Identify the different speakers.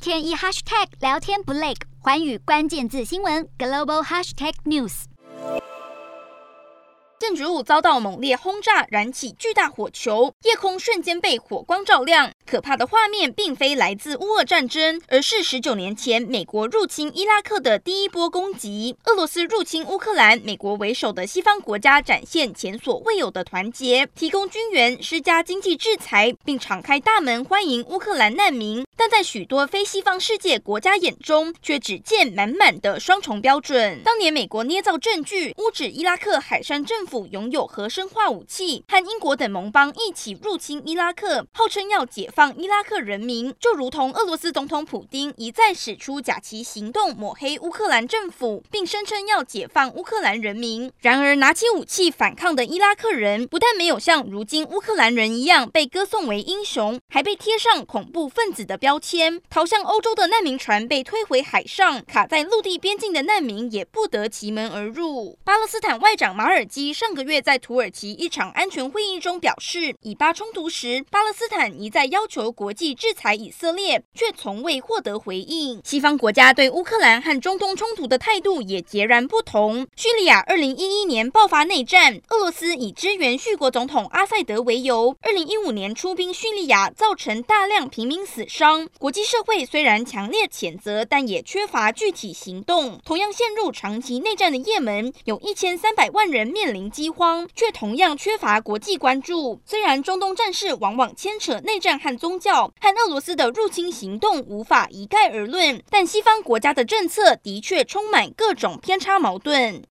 Speaker 1: 天一 hashtag 聊天不累，寰宇关键字新闻 global hashtag news。
Speaker 2: 建筑物遭到猛烈轰炸，燃起巨大火球，夜空瞬间被火光照亮。可怕的画面并非来自乌俄战争，而是19年前美国入侵伊拉克的第一波攻击。俄罗斯入侵乌克兰，美国为首的西方国家展现前所未有的团结，提供军援、施加经济制裁，并敞开大门欢迎乌克兰难民。但在许多非西方世界国家眼中，却只见满满的双重标准。当年美国捏造证据，污指伊拉克海珊政府拥有核生化武器，和英国等盟邦一起入侵伊拉克，号称要解放伊拉克人民，就如同俄罗斯总统普丁一再使出假旗行动，抹黑乌克兰政府，并声称要解放乌克兰人民。然而，拿起武器反抗的伊拉克人，不但没有像如今乌克兰人一样被歌颂为英雄，还被贴上恐怖分子的标签。逃向欧洲的难民船被推回海上，卡在陆地边境的难民也不得其门而入。巴勒斯坦外长马尔基上个月在土耳其一场安全会议中表示，以巴冲突时，巴勒斯坦一再要求国际制裁以色列，却从未获得回应。西方国家对乌克兰和中东冲突的态度也截然不同。叙利亚2011年爆发内战，俄罗斯以支援叙国总统阿塞德为由，2015年出兵叙利亚，造成大量平民死伤。国际社会虽然强烈谴责，但也缺乏具体行动。同样陷入长期内战的也门，有1300万人面临饥荒，却同样缺乏国际关注。虽然中东战事往往牵扯内战和宗教，和俄罗斯的入侵行动无法一概而论，但西方国家的政策的确充满各种偏差矛盾。